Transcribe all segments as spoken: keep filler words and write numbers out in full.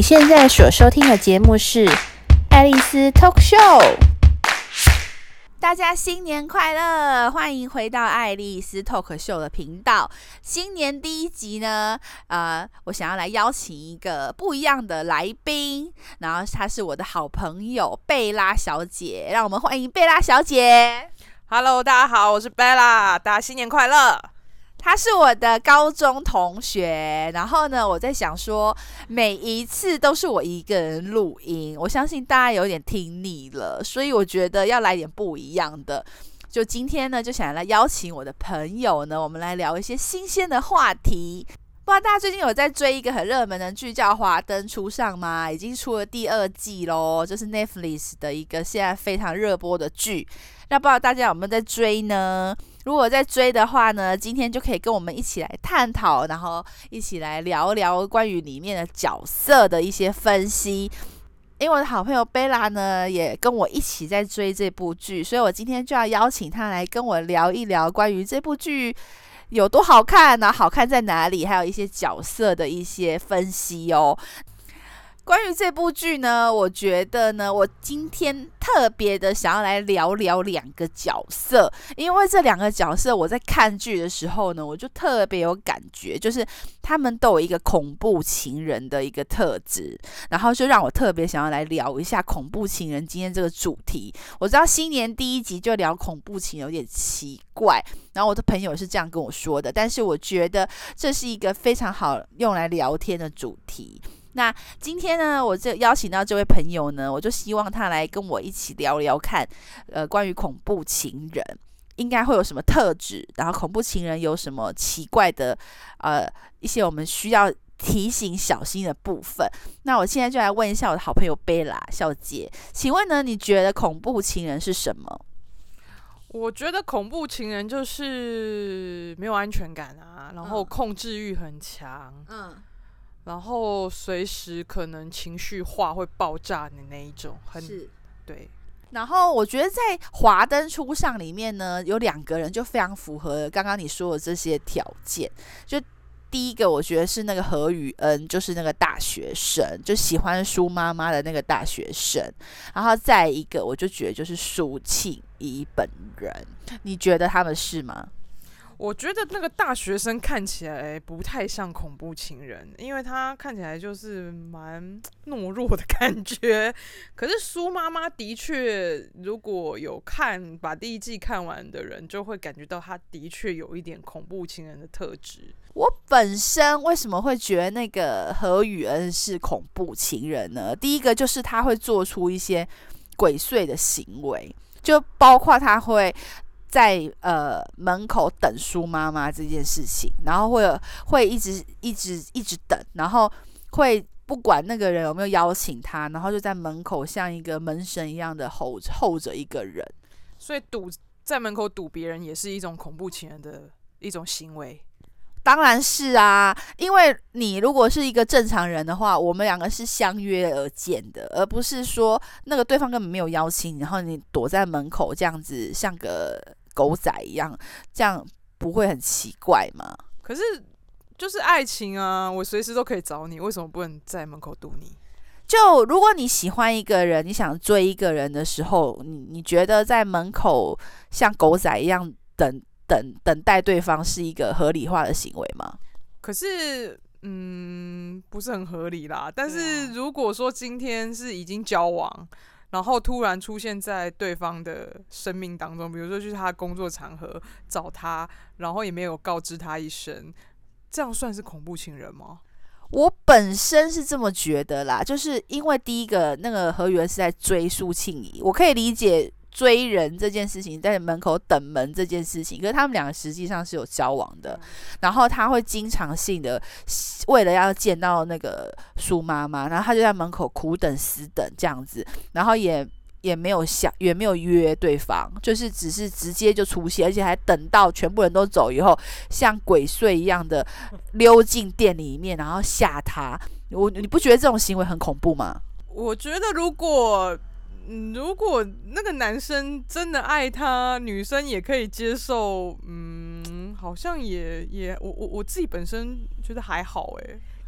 现在所收听的节目是《爱丽丝 Talk Show》。大家新年快乐！欢迎回到爱丽丝 Talk Show 的频道。新年第一集呢，呃，我想要来邀请一个不一样的来宾，然后她是我的好朋友贝拉小姐，让我们欢迎贝拉小姐。 Hello， 大家好，我是 Bella， 大家新年快乐。 他是我的高中同学，然后呢，我在想说，每一次都是我一个人录音，我相信大家有点听腻了，所以我觉得要来点不一样的。就今天呢，就想来邀请我的朋友呢，我们来聊一些新鲜的话题。不知道大家最近有在追一个很热门的剧叫《华灯初上》吗？已经出了第二季咯，就是 Netflix 的一个现在非常热播的剧。那不知道大家有没有在追呢？如果在追的话呢，今天就可以跟我们一起来探讨，然后一起来聊聊关于里面的角色的一些分析。因为我的好朋友贝拉呢，也跟我一起在追这部剧，所以我今天就要邀请她来跟我聊一聊关于这部剧有多好看，然后好看在哪里，还有一些角色的一些分析哦。关于这部剧呢，我觉得呢，我今天特别的想要来聊聊两个角色，因为这两个角色我在看剧的时候呢，我就特别有感觉，就是他们都有一个恐怖情人的一个特质，然后就让我特别想要来聊一下恐怖情人今天这个主题。我知道新年第一集就聊恐怖情人有点奇怪，然后我的朋友是这样跟我说的，但是我觉得这是一个非常好用来聊天的主题。那今天呢，我这邀请到这位朋友呢，我就希望他来跟我一起聊聊看，呃，关于恐怖情人应该会有什么特质，然后恐怖情人有什么奇怪的，呃，一些我们需要提醒小心的部分。那我现在就来问一下我的好朋友贝拉小姐，请问呢，你觉得恐怖情人是什么？ 我觉得恐怖情人就是没有安全感啊，然后控制欲很强，嗯。然后随时可能情绪化会爆炸的那一种，很是对。 然后我觉得在《华灯初上》里面呢，有两个人就非常符合刚刚你说的这些条件。就第一个，我觉得是那个何宇恩，就是那个大学生，就喜欢苏妈妈的那个大学生。然后再一个，我就觉得就是苏庆仪本人。你觉得他们是吗？ 我觉得那个大学生看起来不太像恐怖情人，因为他看起来就是蛮懦弱的感觉。可是苏妈妈的确，如果有看把第一季看完的人，就会感觉到他的确有一点恐怖情人的特质。 我本身为什么会觉得那个何宇恩是恐怖情人呢？第一个就是他会做出一些鬼祟的行为，就包括他会在呃门口等苏妈妈这件事情，然后会会一直一直一直等，然后会不管那个人有没有邀请他，然后就在门口像一个门神一样的候候着一个人。 所以堵在门口堵别人也是一种恐怖情人的一种行为。 当然是啊，因为你如果是一个正常人的话，我们两个是相约而见的，而不是说那个对方根本没有邀请，然后你躲在门口这样子像个狗仔一样，这样不会很奇怪吗？ 可是就是爱情啊，我随时都可以找你，为什么不能在门口堵你？ 就如果你喜欢一个人，你想追一个人的时候，你你觉得在门口像狗仔一样等等等待对方是一个合理化的行为吗？ 可是嗯，不是很合理啦。但是如果说今天是已经交往，然后突然出现在对方的生命当中，比如说去他工作场合找他，然后也没有告知他一声，这样算是恐怖情人吗？ 我本身是这么觉得啦，就是因为第一个那个何宇恩是在追苏庆仪，我可以理解追人这件事情，在门口等门这件事情，可是他们两个实际上是有交往的，然后他会经常性的为了要见到那个苏妈妈，然后他就在门口苦等死等这样子，然后也也没有想也没有约对方，就是只是直接就出现，而且还等到全部人都走以后，像鬼祟一样的溜进店里面，然后吓他。我你不觉得这种行为很恐怖吗？ 我觉得如果如果那个男生真的爱他，女生也可以接受，嗯，好像也也我我我自己本身觉得还好哎。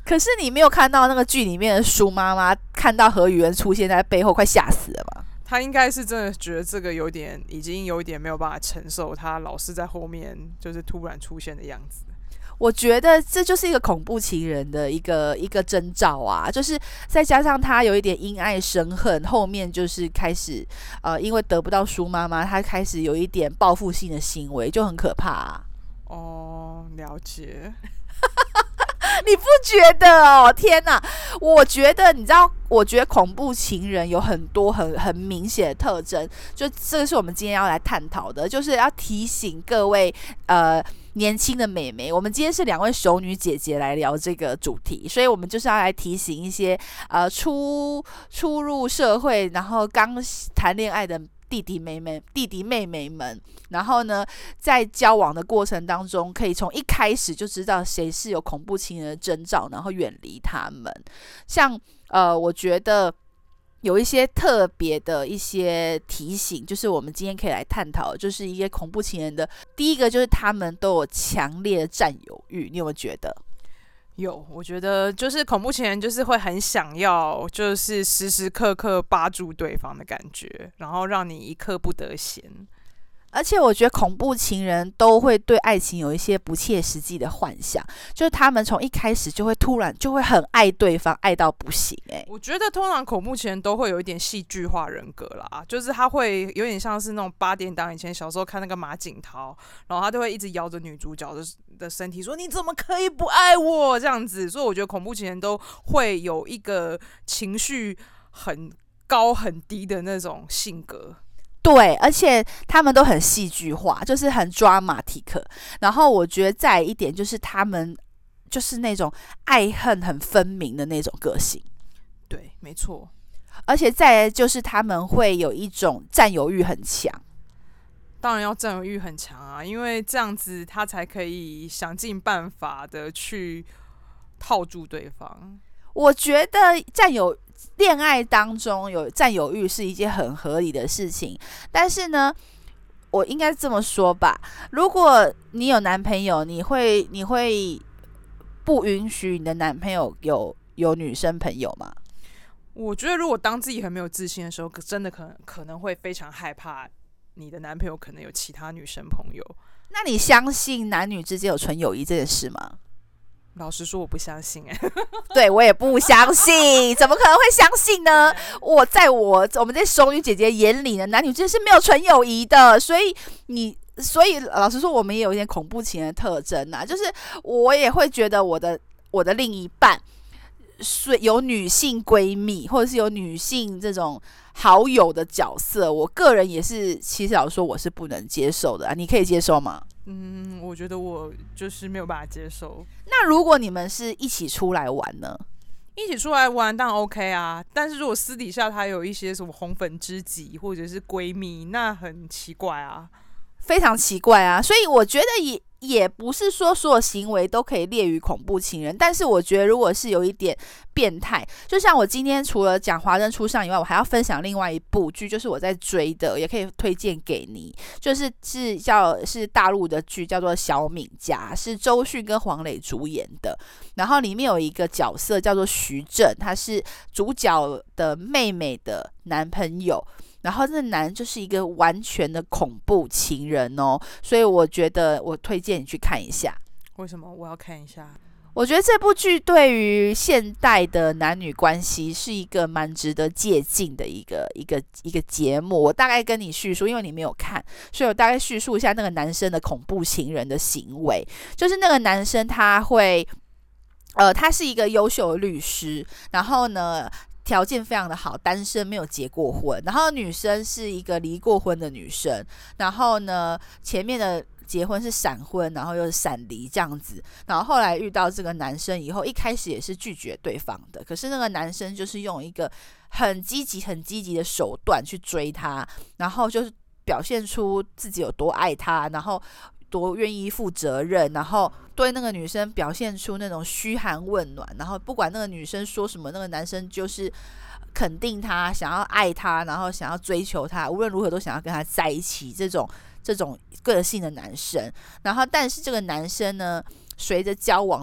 可是你没有看到那个剧里面的苏妈妈看到何宇文出现在背后，快吓死了吗？ 他应该是真的觉得这个有点，已经有一点没有办法承受他老是在后面就是突然出现的样子。 我觉得这就是一个恐怖情人的一个一个征兆啊，就是再加上他有一点因爱生恨，后面就是开始呃，因为得不到苏妈妈，他开始有一点报复性的行为，就很可怕啊。 哦，了解。 你不觉得哦？天哪！我觉得你知道，我觉得恐怖情人有很多很很明显的特征，就这个是我们今天要来探讨的，就是要提醒各位呃年轻的美眉，我们今天是两位熟女姐姐来聊这个主题，所以我们就是要来提醒一些呃初初入社会，然后刚谈恋爱的弟弟妹妹、弟弟妹妹们，然后呢，在交往的过程当中，可以从一开始就知道谁是有恐怖情人的征兆，然后远离他们。像呃，我觉得有一些特别的一些提醒，就是我们今天可以来探讨，就是一些恐怖情人的第一个就是他们都有强烈的占有欲，你有没有觉得？ 有，我觉得就是恐怖情人就是会很想要，就是时时刻刻扒住对方的感觉，然后让你一刻不得闲。 而且我觉得恐怖情人都会对爱情有一些不切实际的幻想，就是他们从一开始就会突然就会很爱对方，爱到不行。哎、欸， 我觉得通常恐怖情人都会有一点戏剧化人格啦，就是他会有点像是那种八点档以前小时候看那个马景涛，然后他就会一直摇着女主角的的身体说你怎么可以不爱我这样子。所以我觉得恐怖情人都会有一个情绪很高很低的那种性格。 对，而且他们都很戏剧化，就是很 dramatic。然后我觉得再一点就是他们就是那种爱恨很分明的那种个性。 对，没错。 而且再来就是他们会有一种占有欲很强。 当然要占有欲很强啊，因为这样子他才可以想尽办法的去套住对方。 我觉得占有恋爱当中有占有欲是一件很合理的事情，但是呢，我应该这么说吧，如果你有男朋友，你会你会不允许你的男朋友有有女生朋友吗？ 我觉得如果当自己很没有自信的时候，真的可能可能会非常害怕你的男朋友可能有其他女生朋友。 那你相信男女之间有纯友谊这件事吗？ 老实说我不相信。哎、欸， 对，我也不相信，怎么可能会相信呢？我在我我们这熟女姐姐眼里呢，男女之间是没有纯友谊的，所以你所以老实说，我们也有一点恐怖情人的特征啊，就是我也会觉得我的我的另一半是有女性闺蜜，或者是有女性这种好友的角色，我个人也是，其实老实说我是不能接受的啊，你可以接受吗？ 嗯，我觉得我就是没有办法接受。 那如果你们是一起出来玩呢？ 一起出来玩当然 OK 啊，但是如果私底下他有一些什么红粉知己或者是闺蜜，那很奇怪啊， 非常奇怪啊。所以我觉得也也不是说所有行为都可以列于恐怖情人，但是我觉得如果是有一点变态，就像我今天除了讲《华灯初上》以外，我还要分享另外一部剧，就是我在追的，也可以推荐给你，就是是叫是大陆的剧，叫做《小敏家》，是周迅跟黄磊主演的。然后里面有一个角色叫做徐正，他是主角的妹妹的男朋友。然后这男就是一个完全的恐怖情人哦，所以我觉得我推荐你去看一下。 为什么我要看一下？ 我觉得这部剧对于现代的男女关系是一个蛮值得借鉴的一个一个一个节目。我大概跟你叙述，因为你没有看，所以我大概叙述一下那个男生的恐怖情人的行为。就是那个男生他会，呃，他是一个优秀的律师，然后呢，条件非常的好，单身，没有结过婚。然后女生是一个离过婚的女生，然后呢，前面的结婚是闪婚，然后又是闪离这样子。然后后来遇到这个男生以后，一开始也是拒绝对方的，可是那个男生就是用一个很积极、很积极的手段去追她，然后就是表现出自己有多爱她，然后多愿意负责任，然后对那个女生表现出那种嘘寒问暖，然后不管那个女生说什么，那个男生就是肯定她，想要爱她，然后想要追求她，无论如何都想要跟她在一起，这种这种个性的男生。然后但是这个男生呢，随着交往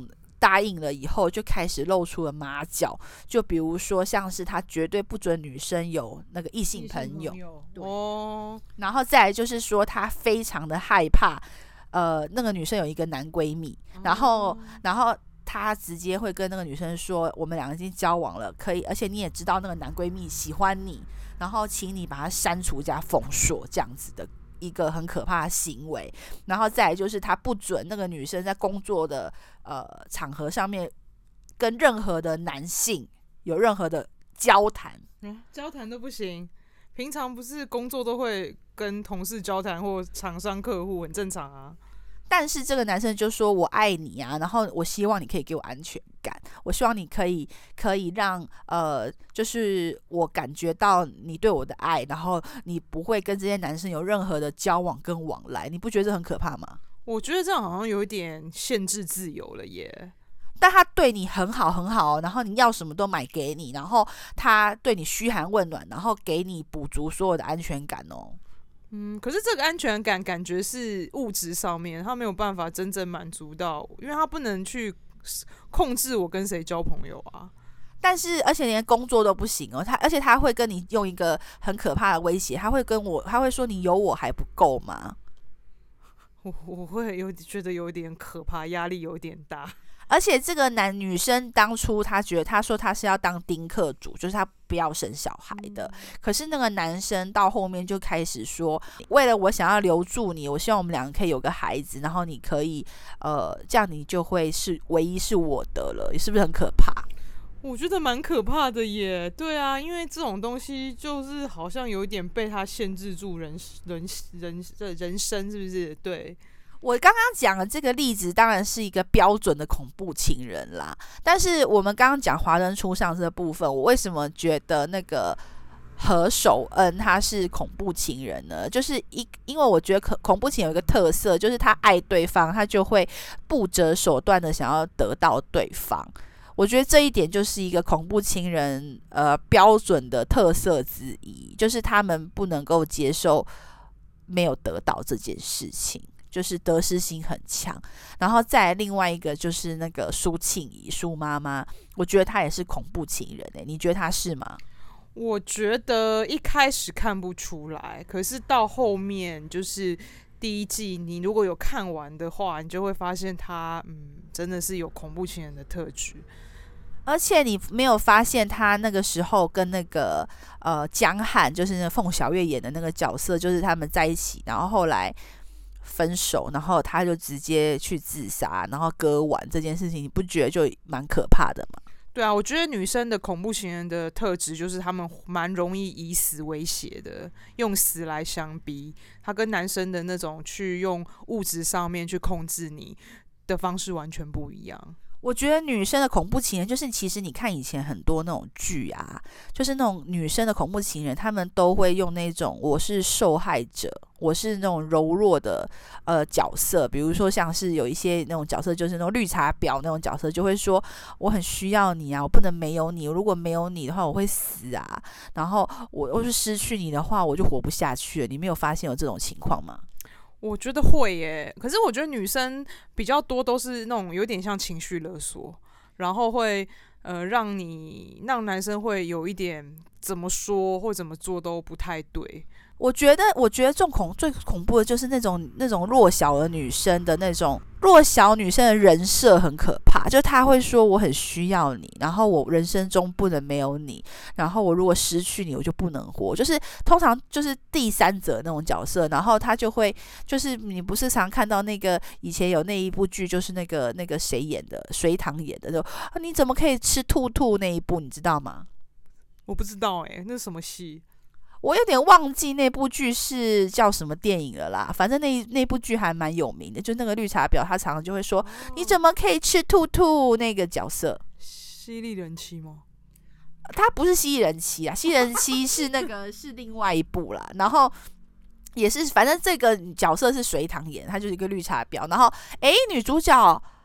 答应了以后，就开始露出了马脚。就比如说，像是他绝对不准女生有那个异性朋友， 哦， 然后再来就是说，他非常的害怕，呃，那个女生有一个男闺蜜，然后，然后他直接会跟那个女生说，我们两个已经交往了，可以，而且你也知道那个男闺蜜喜欢你，然后请你把他删除加封锁，这样子的一个很可怕的行为。然后再来就是他不准那个女生在工作的呃场合上面跟任何的男性有任何的交谈， 嗯，交谈都不行。平常不是工作都会跟同事交谈或厂商客户，很正常啊。 但是这个男生就说我爱你啊，然后我希望你可以给我安全感，我希望你可以可以让呃，就是我感觉到你对我的爱，然后你不会跟这些男生有任何的交往跟往来，你不觉得这很可怕吗？ 我觉得这样好像有一点限制自由了耶。 但他对你很好很好，然后你要什么都买给你，然后他对你嘘寒问暖，然后给你补足所有的安全感哦。 嗯，可是这个安全感感觉是物质上面，他没有办法真正满足到，因为他不能去控制我跟谁交朋友啊。 但是而且连工作都不行哦，他而且他会跟你用一个很可怕的威胁，他会跟我，他会说你有我还不够吗？ 我我会有觉得有点可怕，压力有点大。 而且这个男女生当初他觉得他说他是要当丁克主，就是他不要生小孩的。可是那个男生到后面就开始说，为了我想要留住你，我希望我们两个可以有个孩子，然后你可以呃，这样你就会是唯一是我的了，是不是很可怕？ 我觉得蛮可怕的耶。对啊，因为这种东西就是好像有一点被他限制住人人人人人生，是不是？对。 我刚刚讲的这个例子当然是一个标准的恐怖情人啦，但是我们刚刚讲华灯初上这部分，我为什么觉得那个何守恩他是恐怖情人呢？就是一因为我觉得恐怖情人有一个特色，就是他爱对方，他就会不择手段的想要得到对方。我觉得这一点就是一个恐怖情人呃标准的特色之一，就是他们不能够接受没有得到这件事情。就是得失心很强，然后再来另外一个就是那个苏庆仪苏妈妈，我觉得她也是恐怖情人、欸、你觉得她是吗？ 我觉得一开始看不出来，可是到后面就是第一季你如果有看完的话，你就会发现她嗯真的是有恐怖情人的特质。 而且你没有发现他那个时候跟那个呃江汉，就是那凤小岳演的那个角色，就是他们在一起，然后后来分手，然后他就直接去自杀，然后割腕这件事情，你不觉得就蛮可怕的吗？ 对啊，我觉得女生的恐怖情人的特质就是她们蛮容易以死威胁的，用死来相逼。她跟男生的那种去用物质上面去控制你的方式完全不一样。 我觉得女生的恐怖情人，就是其实你看以前很多那种剧啊，就是那种女生的恐怖情人，他们都会用那种我是受害者，我是那种柔弱的呃角色，比如说像是有一些那种角色，就是那种绿茶婊那种角色，就会说我很需要你啊，我不能没有你，如果没有你的话我会死啊，然后我要是失去你的话我就活不下去了。你没有发现有这种情况吗？ 我觉得会耶，可是我觉得女生比较多都是那种有点像情绪勒索，然后会呃让你让男生会有一点怎么说或怎么做都不太对。 我觉得，我觉得最恐最恐怖的就是那种那种弱小的女生的那种弱小女生的人设很可怕，就她会说我很需要你，然后我人生中不能没有你，然后我如果失去你我就不能活，就是通常就是第三者那种角色，然后她就会就是你不是常看到那个以前有那一部剧，就是那个那个谁演的，隋棠演的，就、啊、你怎么可以吃兔兔那一部，你知道吗？ 我不知道哎、欸，那是什么戏？ 我有点忘记那部剧是叫什么电影了啦，反正那那部剧还蛮有名的，就那个绿茶婊，他常常就会说、哦、你怎么可以吃兔兔那个角色。 犀利人妻吗？ 他不是犀利人妻啊，犀利人妻是那个是另外一部啦，然后也是反正这个角色是隋棠演，他就是一个绿茶婊，然后诶女主角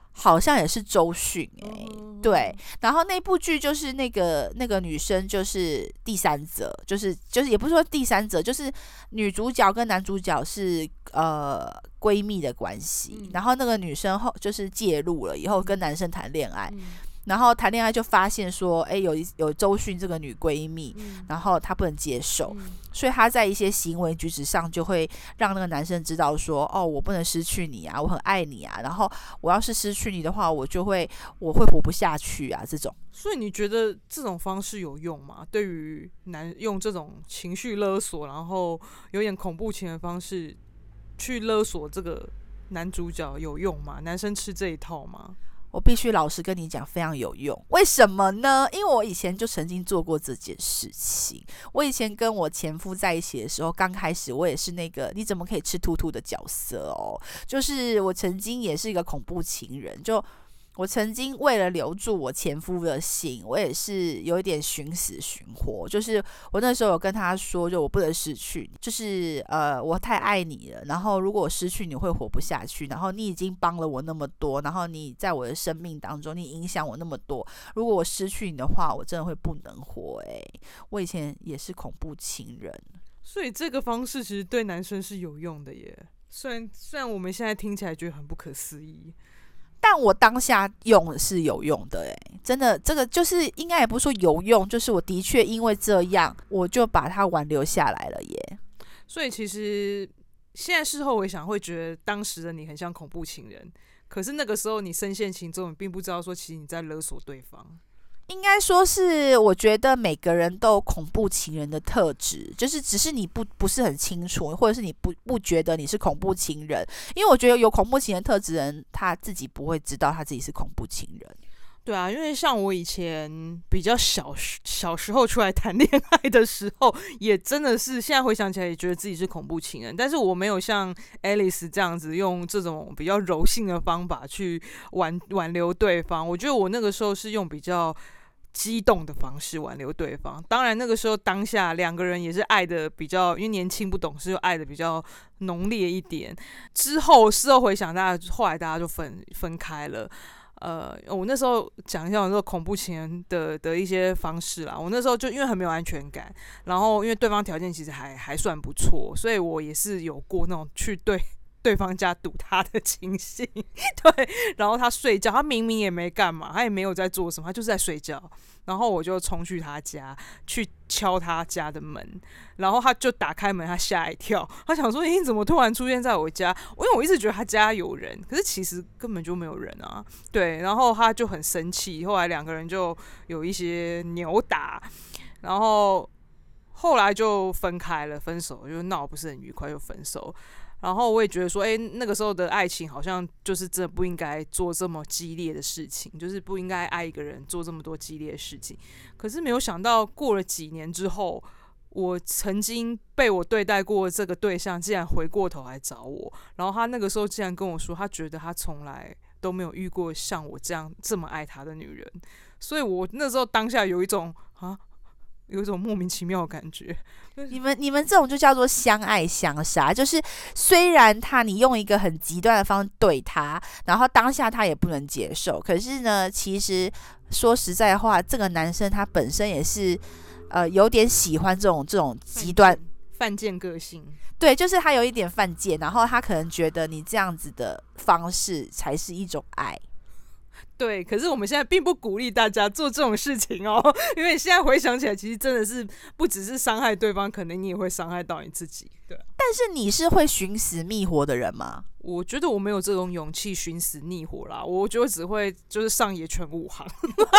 好像也是周迅哎、欸嗯， 对，然后那部剧就是那个那个女生就是第三者，就是就是也不是说第三者，就是女主角跟男主角是呃闺蜜的关系， 嗯然后那个女生后就是介入了以后跟男生谈恋爱， 嗯然后谈恋爱就发现说，哎，有一有周迅这个女闺蜜， 嗯然后她不能接受， 嗯所以她在一些行为举止上就会让那个男生知道说，哦，我不能失去你啊，我很爱你啊，然后我要是失去你的话，我就会我会活不下去啊，这种。 所以你觉得这种方式有用吗？对于男用这种情绪勒索，然后有点恐怖情的方式去勒索这个男主角有用吗？男生吃这一套吗？ 我必须老实跟你讲，非常有用。为什么呢？因为我以前就曾经做过这件事情。我以前跟我前夫在一起的时候，刚开始我也是那个你怎么可以吃兔兔的角色哦。就是我曾经也是一个恐怖情人，就我曾经为了留住我前夫的心，我也是有一点寻死寻活。就是我那时候有跟他说，就我不能失去你，就是呃我太爱你了，然后如果我失去你会活不下去，然后你已经帮了我那么多，然后你在我的生命当中你影响我那么多，如果我失去你的话，我真的会不能活。诶，我以前也是恐怖情人。 所以这个方式其实对男生是有用的耶。虽然虽然我们现在听起来觉得很不可思议， 但我当下用是有用的欸，真的，这个就是应该也不是说有用，就是我的确因为这样，我就把它挽留下来了耶。 所以其实现在事后回想，会觉得当时的你很像恐怖情人，可是那个时候你深陷其中，你并不知道说其实你在勒索对方。 应该说是，我觉得每个人都有恐怖情人的特质，就是只是你不不是很清楚，或者是你不不觉得你是恐怖情人，因为我觉得有恐怖情人特质的人，他自己不会知道他自己是恐怖情人。 对啊，因为像我以前比较小小时候出来谈恋爱的时候，也真的是现在回想起来也觉得自己是恐怖情人，但是我没有像 Alice 这样子用这种比较柔性的方法去挽挽留对方。我觉得我那个时候是用比较激动的方式挽留对方。当然那个时候当下两个人也是爱的比较，因为年轻不懂事，就爱的比较浓烈一点。之后事后回想，大家后来大家就分分开了。呃，我那时候讲一下我那个恐怖情人的的一些方式啦。我那时候就因为很没有安全感，然后因为对方条件其实还还算不错，所以我也是有过那种去对对方家堵他的情形。对，然后他睡觉，他明明也没干嘛，他也没有在做什么，他就是在睡觉。然后我就冲去他家，去敲他家的门，然后他就打开门，他吓一跳，他想说：“你怎么突然出现在我家？”因为我一直觉得他家有人，可是其实根本就没有人啊。对，然后他就很生气，后来两个人就有一些扭打，然后后来就分开了，分手，就闹不是很愉快，就分手。然后我也觉得说，哎，那个时候的爱情好像就是真的不应该做这么激烈的事情，就是不应该爱一个人做这么多激烈的事情。可是没有想到，过了几年之后，我曾经被我对待过这个对象，竟然回过头来找我。然后他那个时候竟然跟我说，他觉得他从来都没有遇过像我这样这么爱他的女人。所以我那时候当下有一种啊。有一种莫名其妙的感觉。 你们你们这种就叫做相爱相杀，就是虽然他你用一个很极端的方式对他，然后当下他也不能接受，可是呢，其实说实在话，这个男生他本身也是呃有点喜欢这种这种极端犯贱个性。 对，就是他有一点犯贱，然后他可能觉得你这样子的方式才是一种爱。 对，可是我们现在并不鼓励大家做这种事情哦，因为现在回想起来，其实真的是不只是伤害对方，可能你也会伤害到你自己。对， 但是你是会寻死觅活的人吗？ 我觉得我没有这种勇气寻死觅活啦，我觉得只会就是上野全武行。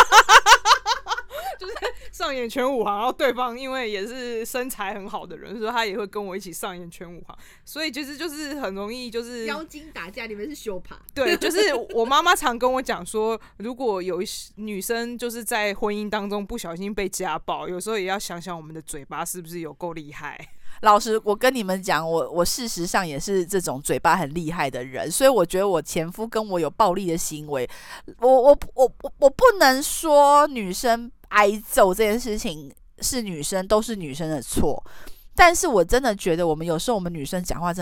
就是上演全武行，然后对方因为也是身材很好的人，所以他也会跟我一起上演全武行，所以其实就是很容易就是妖精打架，你们是修爬。 对，就是我妈妈常跟我讲说，如果有一女生就是在婚姻当中不小心被家暴，有时候也要想想我们的嘴巴是不是有够厉害。 老实，我跟你们讲，我我事实上也是这种嘴巴很厉害的人，所以我觉得我前夫跟我有暴力的行为，我我我我我不能说女生挨揍这件事情是女生都是女生的错，但是我真的觉得我们有时候我们女生讲话真的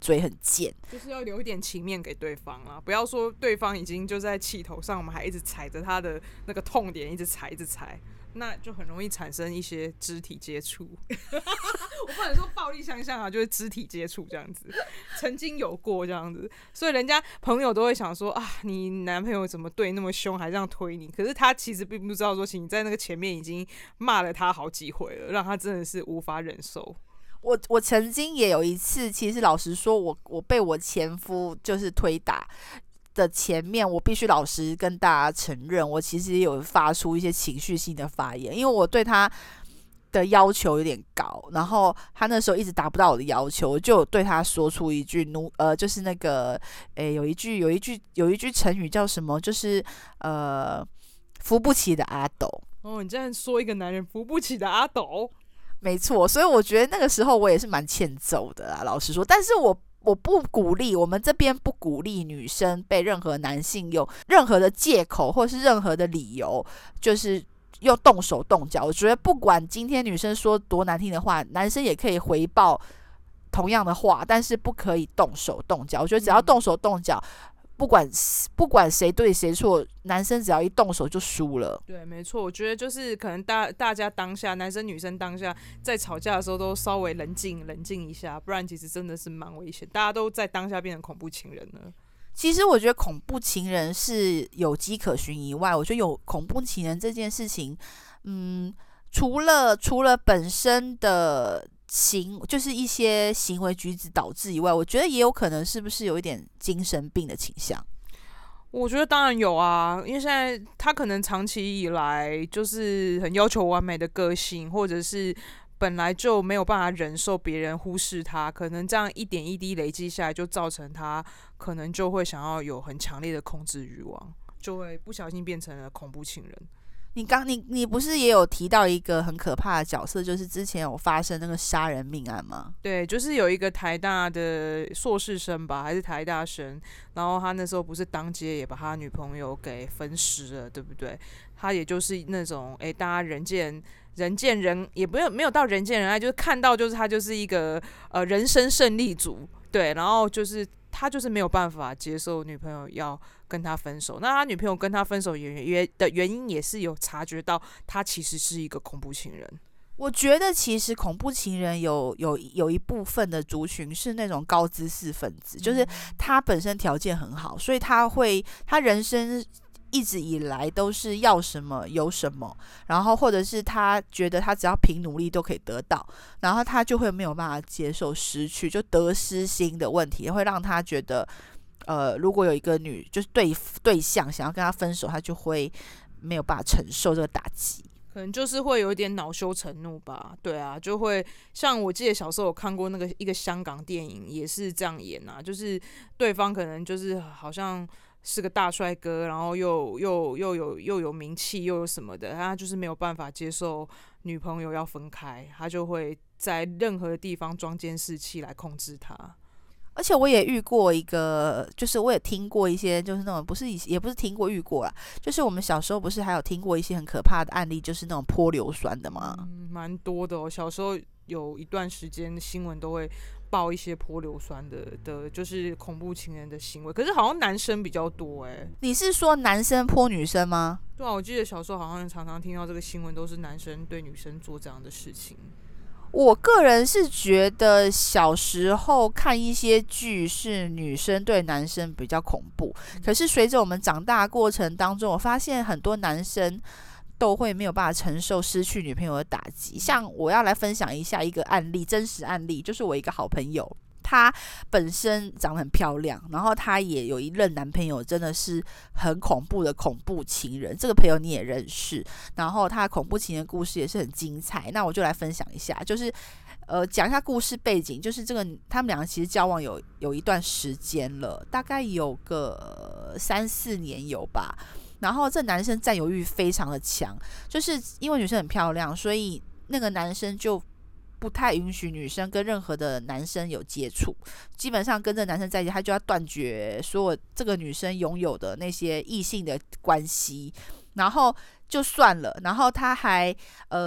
嘴很贱， 就是要留一点情面给对方啦，不要说对方已经就在气头上，我们还一直踩着他的那个痛点，一直踩一直踩，那就很容易产生一些肢体接触。我不能说暴力相向啊，就是肢体接触这样子，曾经有过这样子，所以人家朋友都会想说啊，你男朋友怎么对那么凶，还这样推你？可是他其实并不知道说，其实你在那个前面已经骂了他好几回了，让他真的是无法忍受。 我我曾经也有一次，其实老实说我，我被我前夫就是推打的前面，我必须老实跟大家承认，我其实也有发出一些情绪性的发言，因为我对他的要求有点高，然后他那时候一直达不到我的要求，我就对他说出一句奴呃，就是那个诶，有一句有一句有一句成语叫什么？就是呃，扶不起的阿斗。 哦，你这样说一个男人扶不起的阿斗。 没错，所以我觉得那个时候我也是蛮欠揍的啦，老实说。但是我我不鼓励，我们这边不鼓励女生被任何男性用任何的借口或是任何的理由，就是又动手动脚。我觉得不管今天女生说多难听的话，男生也可以回报同样的话，但是不可以动手动脚。我觉得只要动手动脚，不管不管谁对谁错，男生只要一动手就输了。 对，没错，我觉得就是可能大大家当下，男生女生当下在吵架的时候都稍微冷静冷静一下，不然其实真的是蛮危险，大家都在当下变成恐怖情人了。 其实我觉得恐怖情人是有迹可循以外，我觉得有恐怖情人这件事情，嗯，除了除了本身的行就是一些行为举止导致以外，我觉得也有可能是不是有一点精神病的倾向。 我觉得当然有啊，因为现在他可能长期以来就是很要求完美的个性，或者是本来就没有办法忍受别人忽视他，可能这样一点一滴累积下来，就造成他可能就会想要有很强烈的控制欲望，就会不小心变成了恐怖情人。 你刚你你不是也有提到一个很可怕的角色，就是之前有发生那个杀人命案吗？ 对，就是有一个台大的硕士生吧，还是台大生，然后他那时候不是当街也把他女朋友给分尸了，对不对？他也就是那种，哎，大家人见人见人，也没有没有到人见人爱，就是看到就是他就是一个呃人生胜利组，对，然后就是他就是没有办法接受女朋友要跟他分手，那他女朋友跟他分手原的原因也是有察觉到他其实是一个恐怖情人。 我觉得其实恐怖情人有有有一部分的族群是那种高知识分子，就是他本身条件很好，所以他会他人生一直以来都是要什么有什么，然后或者是他觉得他只要凭努力都可以得到，然后他就会没有办法接受失去，就得失心的问题会让他觉得呃，如果有一个女就是对对象想要跟他分手，他就会没有办法承受这个打击， 可能就是会有一点恼羞成怒吧。对啊，就会像我记得小时候有看过那个一个香港电影，也是这样演啊，就是对方可能就是好像是个大帅哥，然后又又又有又有名气又有什么的，他就是没有办法接受女朋友要分开，他就会在任何地方装监视器来控制他。 而且我也遇过一个，就是我也听过一些，就是那种不是也不是听过遇过啦，就是我们小时候不是还有听过一些很可怕的案例，就是那种泼硫酸的吗？ 嗯，蛮多的哦。小时候有一段时间新闻都会报一些泼硫酸的的，就是恐怖情人的行为，可是好像男生比较多哎、欸。 你是说男生泼女生吗？ 对啊，我记得小时候好像常常听到这个新闻，都是男生对女生做这样的事情。 我个人是觉得小时候看一些剧是女生对男生比较恐怖，可是随着我们长大过程当中，我发现很多男生都会没有办法承受失去女朋友的打击。像我要来分享一下一个案例，真实案例，就是我一个好朋友，她本身长得很漂亮，然后她也有一任男朋友，真的是很恐怖的恐怖情人。这个朋友你也认识，然后她的恐怖情人故事也是很精彩。那我就来分享一下，就是呃讲一下故事背景，就是这个他们两个其实交往有有一段时间了，大概有个三四年有吧。然后这男生占有欲非常的强，就是因为女生很漂亮，所以那个男生就不太允许女生跟任何的男生有接触，基本上跟这个男生在一起，他就要断绝所有这个女生拥有的那些异性的关系，然后就算了，然后他还呃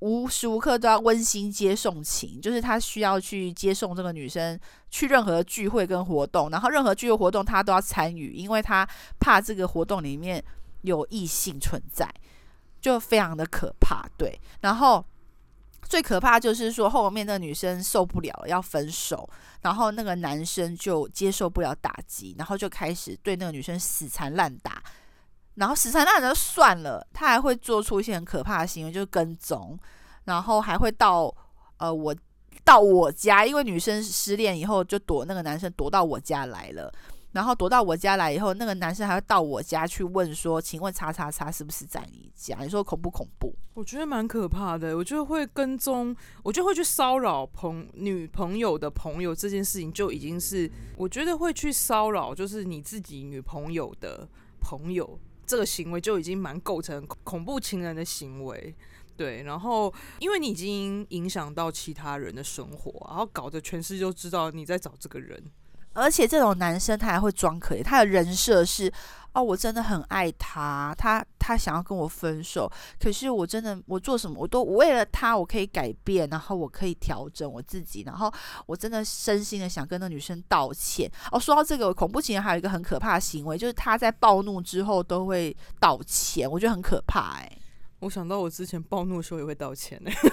无时无刻都要温馨接送情，就是他需要去接送这个女生去任何聚会跟活动，然后任何聚会活动他都要参与，因为他怕这个活动里面有异性存在，就非常的可怕。对，然后最可怕就是说后面那个女生受不了了要分手，然后那个男生就接受不了打击，然后就开始对那个女生死缠烂打，然后死缠烂打就算了，他还会做出一些很可怕的行为，就是跟踪，然后还会到呃我到我家，因为女生失恋以后就躲那个男生躲到我家来了，然后躲到我家来以后，那个男生还会到我家去问说，请问叉叉叉是不是在你家？你说恐不恐怖？ 我觉得蛮可怕的，我觉得会跟踪，我觉得会去骚扰朋女朋友的朋友这件事情就已经是，我觉得会去骚扰就是你自己女朋友的朋友，这个行为就已经蛮构成恐怖情人的行为。对，然后因为你已经影响到其他人的生活，然后搞得全世界都知道你在找这个人。 而且这种男生他还会装可怜，他的人设是哦，我真的很爱他，他他想要跟我分手，可是我真的我做什么我都我为了他我可以改变，然后我可以调整我自己，然后我真的真心的想跟那女生道歉。哦，说到这个恐怖情人还有一个很可怕的行为，就是他在暴怒之后都会道歉，我觉得很可怕哎、欸。 我想到我之前暴怒的时候也会道歉哎、欸。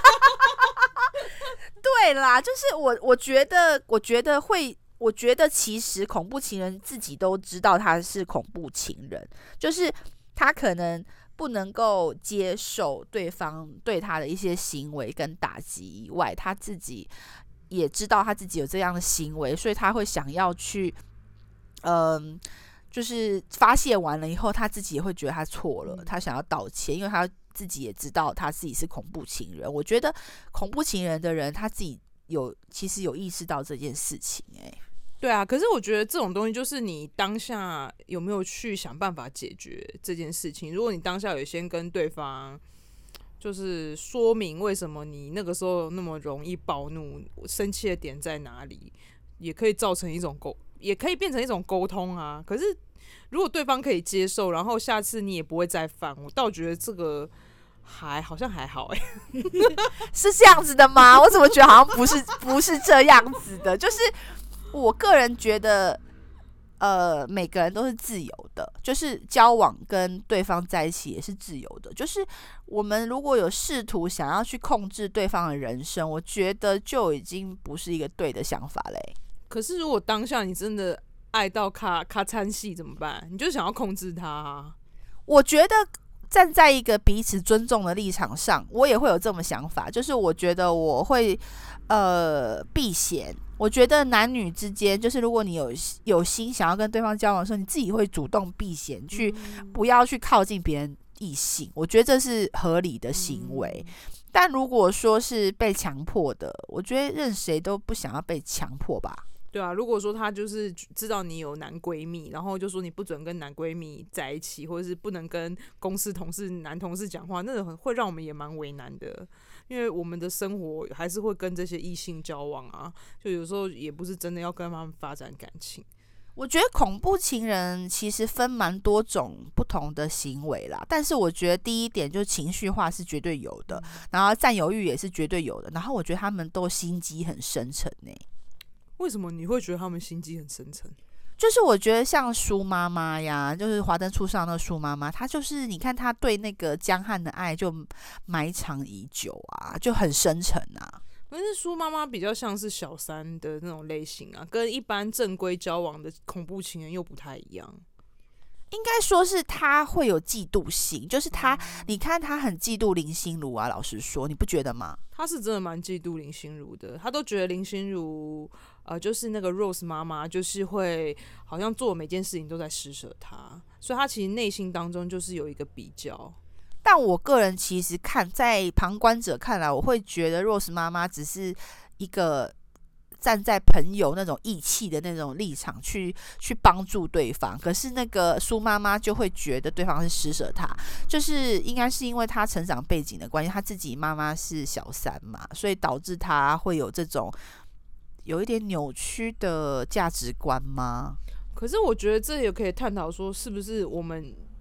对啦，就是我我觉得我觉得会。我觉得其实恐怖情人自己都知道他是恐怖情人，就是他可能不能够接受对方对他的一些行为跟打击以外，他自己也知道他自己有这样的行为，所以他会想要去，嗯，就是发泄完了以后，他自己也会觉得他错了，他想要道歉，因为他自己也知道他自己是恐怖情人。我觉得恐怖情人的人他自己有其实有意识到这件事情、欸，哎。 对啊，可是我觉得这种东西就是你当下有没有去想办法解决这件事情。如果你当下有先跟对方就是说明为什么你那个时候那么容易暴怒，生气的点在哪里，也可以造成一种沟，也可以变成一种沟通啊。可是如果对方可以接受，然后下次你也不会再犯，我倒觉得这个还好像还好哎、欸， 是这样子的吗？我怎么觉得好像不是不是这样子的，就是。我个人觉得，呃，每个人都是自由的，就是交往跟对方在一起也是自由的。就是我们如果有试图想要去控制对方的人生，我觉得就已经不是一个对的想法嘞。 可是如果当下你真的爱到咔咔参戏怎么办？你就想要控制他啊？ 我觉得站在一个彼此尊重的立场上，我也会有这么想法，就是我觉得我会呃避嫌。我觉得男女之间，就是如果你有有心想要跟对方交往的时候，你自己会主动避嫌，去不要去靠近别人异性，我觉得这是合理的行为。但如果说是被强迫的，我觉得任谁都不想要被强迫吧。 对啊，如果说他就是知道你有男闺蜜，然后就说你不准跟男闺蜜在一起，或者是不能跟公司同事、男同事讲话，那种会让我们也蛮为难的。因为我们的生活还是会跟这些异性交往啊，就有时候也不是真的要跟他们发展感情。 我觉得恐怖情人其实分蛮多种不同的行为啦，但是我觉得第一点就是情绪化是绝对有的，然后占有欲也是绝对有的，然后我觉得他们都心机很深沉呢、欸。 为什么你会觉得他们心机很深沉？ 就是我觉得像舒妈妈呀，就是华灯初上那个舒妈妈，她就是你看她对那个江汉的爱就埋藏已久啊，就很深沉啊。 可是舒妈妈比较像是小三的那种类型啊，跟一般正规交往的恐怖情人又不太一样。 应该说是他会有嫉妒心，就是他，你看他很嫉妒林心如啊。老实说，你不觉得吗？ 他是真的蛮嫉妒林心如的，他都觉得林心如，呃，就是那个 Rose 妈妈，就是会好像做每件事情都在施舍他，所以他其实内心当中就是有一个比较。 但我个人其实看，在旁观者看来，我会觉得 Rose 妈妈只是一个站在朋友那种义气的那种立场去去帮助对方，可是那个苏妈妈就会觉得对方是施舍她，就是应该是因为她成长背景的关系，她自己妈妈是小三嘛，所以导致她会有这种有一点扭曲的价值观吗？ 可是我觉得这也可以探讨说，是不是我们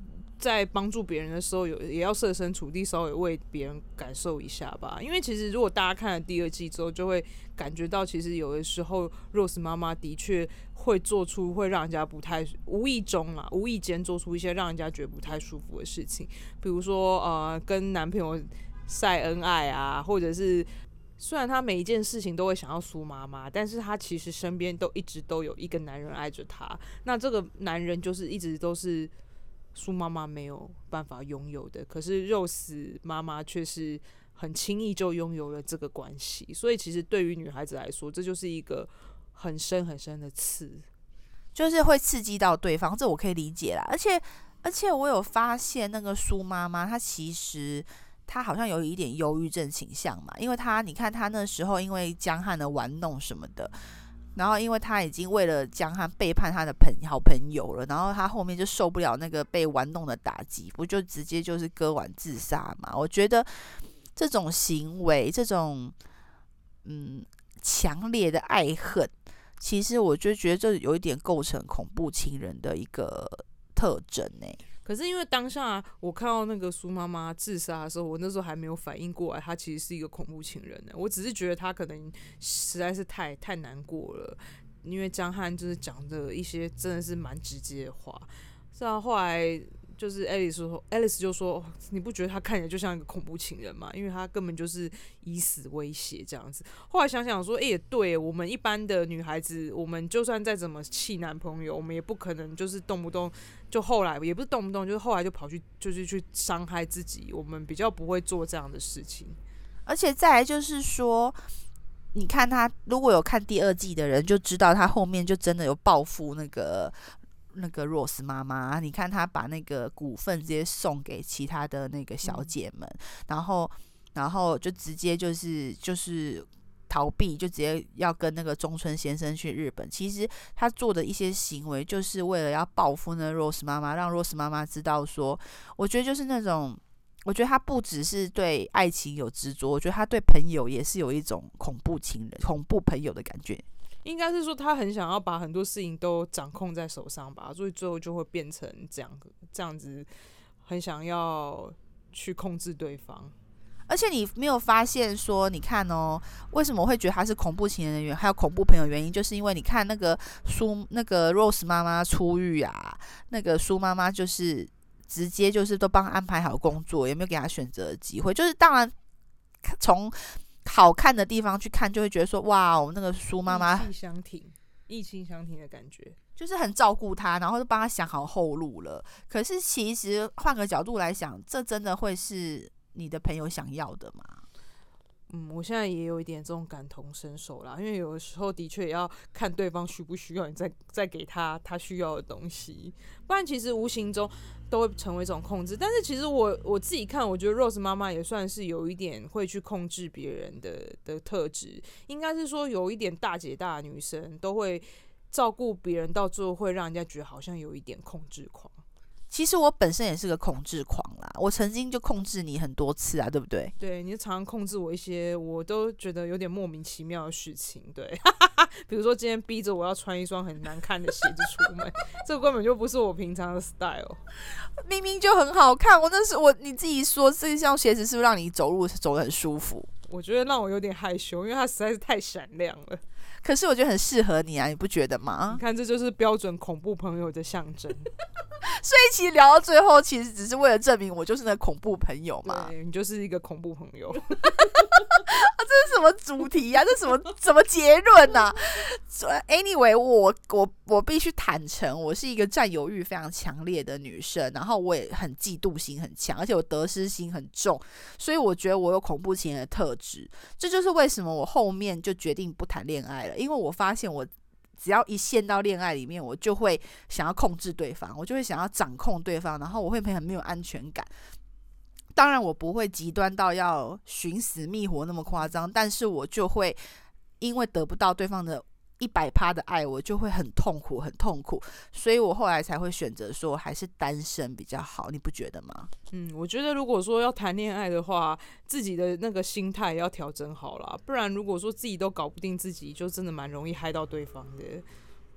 在帮助别人的时候有也要设身处地，稍微为别人感受一下吧。因为其实如果大家看了第二季之后，就会感觉到其实有的时候 Rose 妈妈的确会做出会让人家不太无意中啦，无意间做出一些让人家觉得不太舒服的事情，比如说呃跟男朋友晒恩爱啊，或者是虽然她每一件事情都会想要苏妈妈，但是她其实身边都一直都有一个男人爱着她，那这个男人就是一直都是苏妈妈没有办法拥有的，可是 Rose 妈妈却是很轻易就拥有了这个关系，所以其实对于女孩子来说，这就是一个很深很深的刺， 就是会刺激到对方，这我可以理解啦。而且而且我有发现那个苏妈妈，她其实她好像有一点忧郁症倾向嘛，因为她你看她那时候因为江汉的玩弄什么的。然后，因为他已经为了江汉背叛他的朋好朋友了，然后他后面就受不了那个被玩弄的打击，不就直接就是割腕自杀嘛？我觉得这种行为，这种嗯强烈的爱恨，其实我就觉得这有一点构成恐怖情人的一个特征呢、欸。 可是因为当下我看到那个苏妈妈自杀的时候，我那时候还没有反应过来，她其实是一个恐怖情人呢。我只是觉得她可能实在是太太难过了，因为江汉就是讲的一些真的是蛮直接的话。是啊，后来就是 Alice 说 ，Alice 就说，你不觉得他看起来就像一个恐怖情人吗？因为他根本就是以死威胁这样子。后来想想说，哎、欸，也对，我们一般的女孩子，我们就算再怎么气男朋友，我们也不可能就是动不动就后来也不是动不动，就是后来就跑去就是去伤害自己，我们比较不会做这样的事情。 而且再来就是说。你看他，如果有看第二季的人就知道，他后面就真的有报复那个那个 Rose 妈妈。你看他把那个股份直接送给其他的那个小姐们，嗯、然后然后就直接就是就是逃避，就直接要跟那个中村先生去日本。其实他做的一些行为，就是为了要报复那 Rose 妈妈，让 Rose 妈妈知道说，我觉得就是那种。我觉得他不只是对爱情有执着，我觉得他对朋友也是有一种恐怖情人、恐怖朋友的感觉。 应该是说他很想要把很多事情都掌控在手上吧，所以最后就会变成这样这样子，很想要去控制对方。 而且你没有发现说，你看哦，为什么会觉得他是恐怖情人的原因，还有恐怖朋友的原因，就是因为你看那个苏那个 Rose 妈妈出狱啊，那个苏妈妈就是。直接就是都帮他安排好工作，也没有给他选择的机会。就是当然从好看的地方去看，就会觉得说哇，那个苏妈妈义气相挺，义气相挺的感觉， 就是很照顾他，然后就帮他想好后路了。可是其实换个角度来想，这真的会是你的朋友想要的吗？ 嗯，我现在也有一点这种感同身受啦，因为有的时候的确也要看对方需不需要你再再给他他需要的东西，不然其实无形中都会成为一种控制。但是其实我我自己看，我觉得 Rose 妈妈也算是有一点会去控制别人的的特质，应该是说有一点大姐大的女生都会照顾别人，到最后会让人家觉得好像有一点控制狂。 其实我本身也是个控制狂啦，我曾经就控制你很多次啊，对不对？ 对，你就常常控制我一些我都觉得有点莫名其妙的事情，对，比如说今天逼着我要穿一双很难看的鞋子出门，这根本就不是我平常的 style。 明明就很好看，我那是我你自己说这双鞋子是不是让你走路走得很舒服？ 我觉得让我有点害羞，因为它实在是太闪亮了。 可是我觉得很适合你啊，你不觉得吗？ 你看，这就是标准恐怖朋友的象征。 所以其实聊到最后，其实只是为了证明我就是那个恐怖朋友嘛。 对，你就是一个恐怖朋友。啊， 这是什么主题啊？这是什么什么结论啊 ？Anyway， 我我我必须坦诚，我是一个占有欲非常强烈的女生，然后我也很嫉妒心很强，而且我得失心很重，所以我觉得我有恐怖情人的特质。这就是为什么我后面就决定不谈恋爱了，因为我发现我。只要一陷到恋爱里面，我就会想要控制对方，我就会想要掌控对方，然后我会很没有安全感。当然，我不会极端到要寻死觅活那么夸张，但是我就会因为得不到对方的一百趴的爱，我就会很痛苦，很痛苦。所以我后来才会选择说，还是单身比较好，你不觉得吗？ 嗯，我觉得如果说要谈恋爱的话，自己的那个心态要调整好啦，不然如果说自己都搞不定自己，就真的蛮容易害到对方的。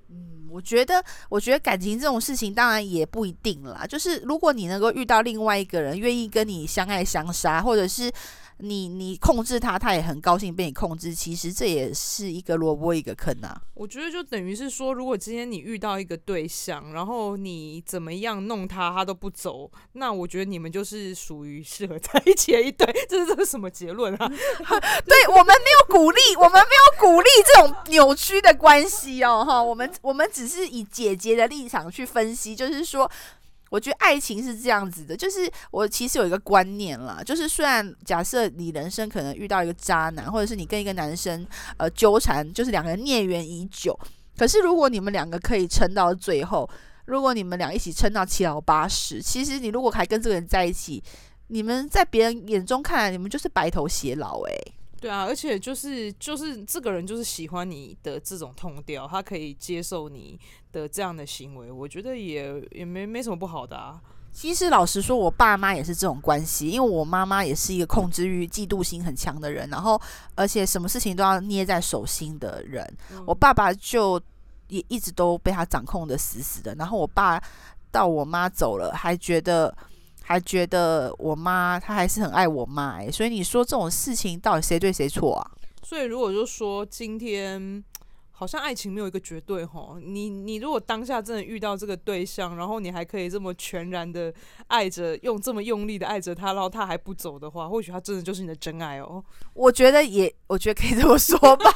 嗯，我觉得，我觉得感情这种事情当然也不一定啦。就是如果你能够遇到另外一个人愿意跟你相爱相杀，或者是你你控制他，他也很高兴被你控制，其实这也是一个萝卜一个坑啊。 我觉得就等于是说，如果今天你遇到一个对象，然后你怎么样弄他，他都不走，那我觉得你们就是属于适合在一起的一对。这是这是什么结论啊？ 对，我们没有鼓励，我们没有鼓励这种扭曲的关系哦，哈，我们我们只是以姐姐的立场去分析，就是说。我觉得爱情是这样子的，就是我其实有一个观念啦，就是虽然假设你人生可能遇到一个渣男，或者是你跟一个男生呃纠缠，就是两个人孽缘已久，可是如果你们两个可以撑到最后，如果你们俩一起撑到七老八十，其实你如果还跟这个人在一起，你们在别人眼中看来，你们就是白头偕老哎、欸。 对啊，而且就是就是这个人就是喜欢你的这种痛调，他可以接受你的这样的行为，我觉得也也没没什么不好的啊。 其实老实说，我爸妈也是这种关系，因为我妈妈也是一个控制欲、嫉妒心很强的人，然后而且什么事情都要捏在手心的人。嗯、我爸爸就也一直都被他掌控的死死的，然后我爸到我妈走了，还觉得。还觉得我妈她还是很爱我妈哎、欸，所以你说这种事情到底谁对谁错啊？ 所以如果就说今天好像爱情没有一个绝对齁，你你如果当下真的遇到这个对象，然后你还可以这么全然的爱着，用这么用力的爱着他，然后他还不走的话，或许他真的就是你的真爱哦。 我觉得也，我觉得可以这么说吧。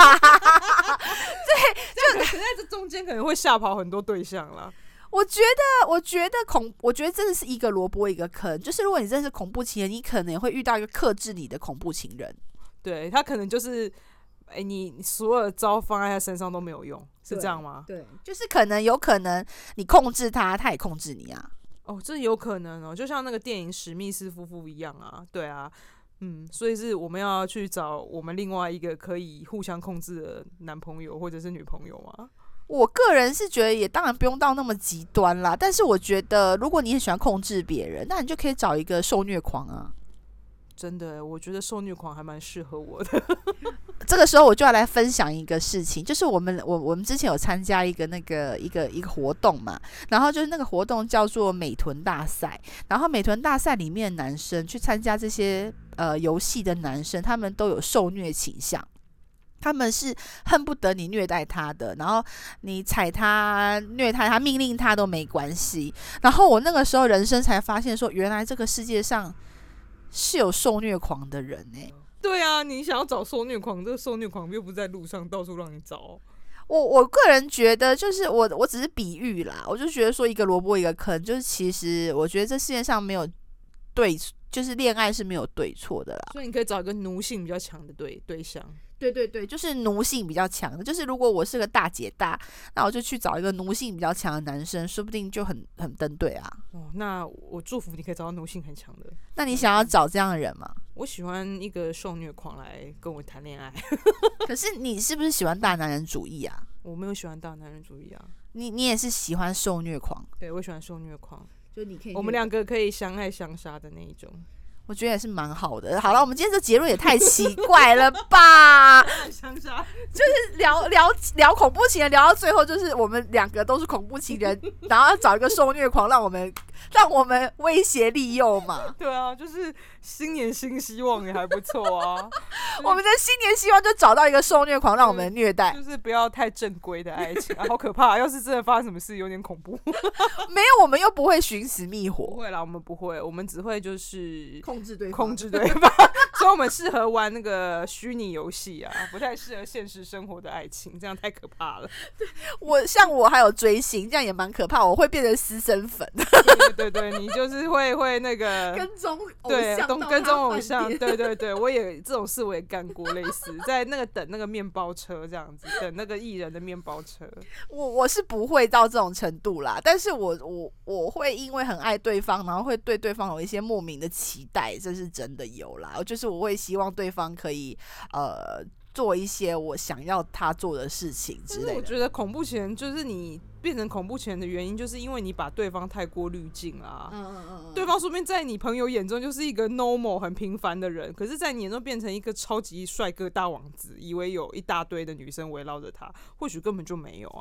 对， 就可在这中间可能会吓跑很多对象啦。 我觉得，我觉得恐，我觉得真的是一个萝卜一个坑。就是如果你真的是恐怖情人，你可能会遇到一个克制你的恐怖情人。 对，他可能就是，哎、欸，你你所有的招放在他身上都没有用，是这样吗？ 对，就是可能有可能你控制他，他也控制你啊。 哦，这有可能哦，就像那个电影史密斯夫妇一样啊。对啊，嗯，所以是我们要去找我们另外一个可以互相控制的男朋友或者是女朋友吗？ 我个人是觉得也当然不用到那么极端啦，但是我觉得如果你很喜欢控制别人，那你就可以找一个受虐狂啊。 真的，我觉得受虐狂还蛮适合我的。 这个时候我就要来分享一个事情，就是我们我我们之前有参加一个那个一个一个活动嘛，然后就是那个活动叫做美臀大赛，然后美臀大赛里面的男生去参加这些呃游戏的男生，他们都有受虐倾向。他们是恨不得你虐待他的，然后你踩他、虐待他、命令他都没关系。然后我那个时候人生才发现说，原来这个世界上是有受虐狂的人哎、欸。 对啊，你想要找受虐狂，这个受虐狂又不在路上到处让你找。 我我个人觉得，就是我我只是比喻啦，我就觉得说一个萝卜一个坑，就是其实我觉得这世界上没有对，就是恋爱是没有对错的啦。 所以你可以找一个奴性比较强的对对象。 对对对，就是奴性比较强的，就是如果我是个大姐大，那我就去找一个奴性比较强的男生，说不定就很很登对啊。 哦，那我祝福你可以找到奴性很强的。 那你想要找这样的人吗？ 我喜欢一个受虐狂来跟我谈恋爱。 可是你是不是喜欢大男人主义啊？ 我没有喜欢大男人主义啊。 你你也是喜欢受虐狂？ 对，我喜欢受虐狂， 就你可以， 我们两个可以相爱相杀的那一种。 我觉得也是蛮好的。好了，我们今天这结论也太奇怪了吧？ 相杀就是聊聊聊恐怖情人，聊到最后就是我们两个都是恐怖情人，然后要找一个受虐狂，让我们让我们威胁利诱嘛。 对啊，就是新年新希望也还不错啊。 我们的新年希望就找到一个受虐狂，让我们虐待， 就是不要太正规的爱情啊，好可怕、啊！要是真的发生什么事，有点恐怖。 没有，我们又不会寻死觅活。 不会啦，我们不会，我们只会就是控制对方， 控制对方。所以我们适合玩那个虚拟游戏啊，不太适合现实生活的爱情，这样太可怕了。 我像我还有追星，这样也蛮可怕，我会变成私生粉。 对对对，你就是会会那个跟踪偶对， 像， 跟踪偶像，对对对，我也这种事我也干过，类似在那个等那个面包车这样子，等那个艺人的面包车。 我我是不会到这种程度啦，但是我我我会因为很爱对方，然后会对对方有一些莫名的期待，这是真的有啦。就是我会希望对方可以呃做一些我想要他做的事情之类的。 但是我觉得恐怖情人就是你变成恐怖情人的原因，就是因为你把对方太过滤镜啦。嗯嗯嗯。对方说不定在你朋友眼中就是一个 normal 很平凡的人，可是在你眼中变成一个超级帅哥大王子，以为有一大堆的女生围绕着他，或许根本就没有啊。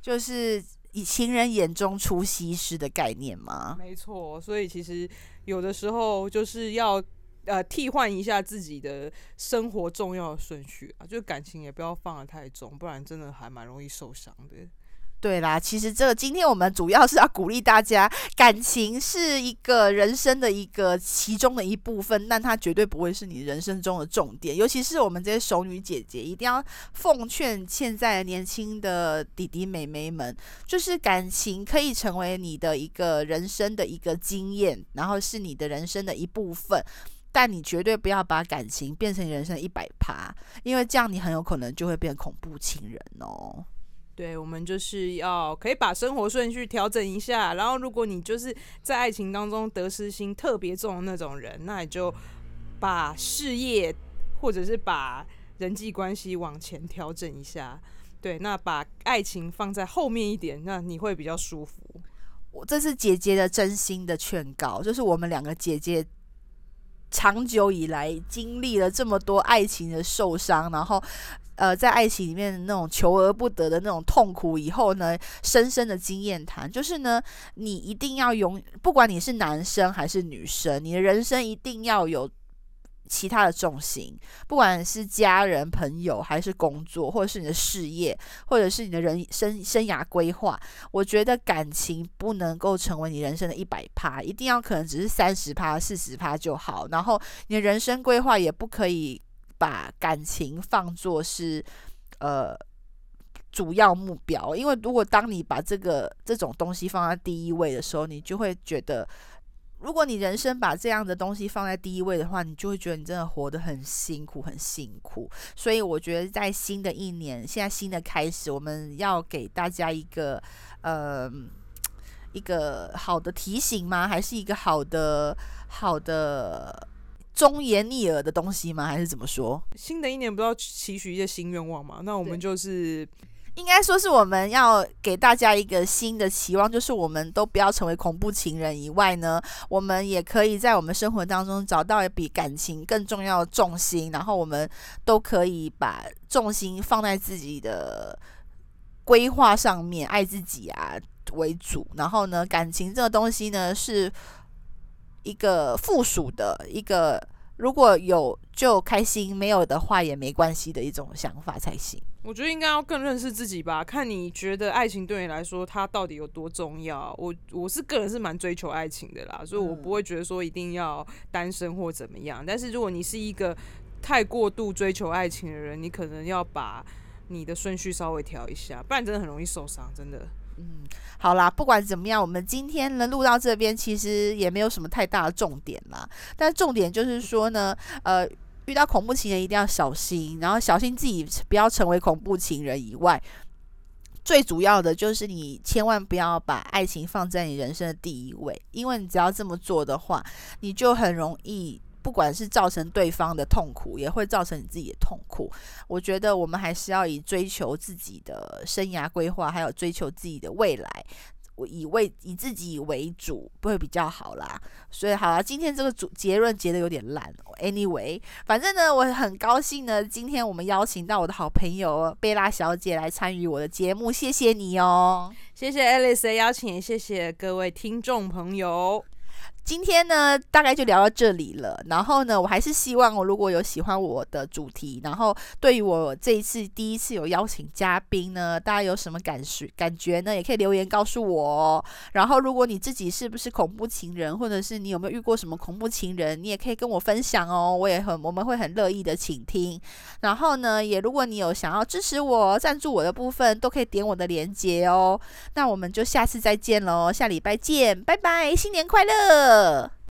就是以情人眼中出西施的概念吗？ 没错，所以其实有的时候就是要呃替换一下自己的生活重要的顺序啊，就感情也不要放得太重，不然真的还蛮容易受伤的。 对啦，其实这个今天我们主要是要鼓励大家，感情是一个人生的一个其中的一部分，但它绝对不会是你人生中的重点。尤其是我们这些熟女姐姐，一定要奉劝现在年轻的弟弟妹妹们，就是感情可以成为你的一个人生的一个经验，然后是你的人生的一部分。但你绝对不要把感情变成你人生的一百趴，因为这样你很有可能就会变恐怖情人哦。 对，我们就是要可以把生活顺序调整一下，然后如果你就是在爱情当中得失心特别重的那种人，那你就把事业或者是把人际关系往前调整一下。对，那把爱情放在后面一点，那你会比较舒服。 我这是姐姐的真心的劝告，就是我们两个姐姐长久以来经历了这么多爱情的受伤，然后呃，在爱情里面那种求而不得的那种痛苦以后呢，深深的经验谈，就是呢，你一定要永，不管你是男生还是女生，你的人生一定要有其他的重心，不管是家人、朋友，还是工作，或者是你的事业，或者是你的人生生涯规划，我觉得感情不能够成为你人生的一百趴，一定要可能只是三十趴、四十趴就好。然后你的人生规划也不可以把感情放作是呃主要目标，因为如果当你把这个这种东西放在第一位的时候，你就会觉得。如果你人生把这样的东西放在第一位的话，你就会觉得你真的活得很辛苦很辛苦。所以我觉得在新的一年，现在新的开始，我们要给大家一个呃一个好的提醒吗？还是一个好的好的忠言逆耳的东西吗？还是怎么说？ 新的一年不是要期许一些新愿望嘛？那我们就是应该说是我们要给大家一个新的期望，就是我们都不要成为恐怖情人以外呢，我们也可以在我们生活当中找到比感情更重要的重心，然后我们都可以把重心放在自己的规划上面，爱自己啊为主。然后呢，感情这个东西呢是一个附属的一个，如果有就开心，没有的话也没关系的一种想法才行。 我觉得应该要更认识自己吧，看你觉得爱情对你来说它到底有多重要。我我是个人是蛮追求爱情的啦，所以我不会觉得说一定要单身或怎么样。但是如果你是一个太过度追求爱情的人，你可能要把你的顺序稍微调一下，不然真的很容易受伤，真的。 嗯，好啦，不管怎么样，我们今天呢录到这边，其实也没有什么太大的重点啦。但重点就是说呢，呃。遇到恐怖情人一定要小心，然后小心自己不要成为恐怖情人以外，最主要的就是你千万不要把爱情放在你人生的第一位，因为你只要这么做的话，你就很容易不管是造成对方的痛苦，也会造成你自己的痛苦。我觉得我们还是要以追求自己的生涯规划，还有追求自己的未来，以为以自己为主，不会比较好啦。所以好啦，今天这个主结论结得有点烂。Anyway， 反正呢，我很高兴呢，今天我们邀请到我的好朋友贝拉小姐来参与我的节目，谢谢你哦， 谢谢 Alice 的邀请，也谢谢各位听众朋友。 今天呢，大概就聊到这里了。然后呢，我还是希望我如果有喜欢我的主题，然后对于我这一次第一次有邀请嘉宾呢，大家有什么感觉感觉呢？也可以留言告诉我哦。然后，如果你自己是不是恐怖情人，或者是你有没有遇过什么恐怖情人，你也可以跟我分享哦。我也很我们会很乐意的倾听。然后呢，也如果你有想要支持我、赞助我的部分，都可以点我的连结哦。那我们就下次再见喽，下礼拜见，拜拜，新年快乐！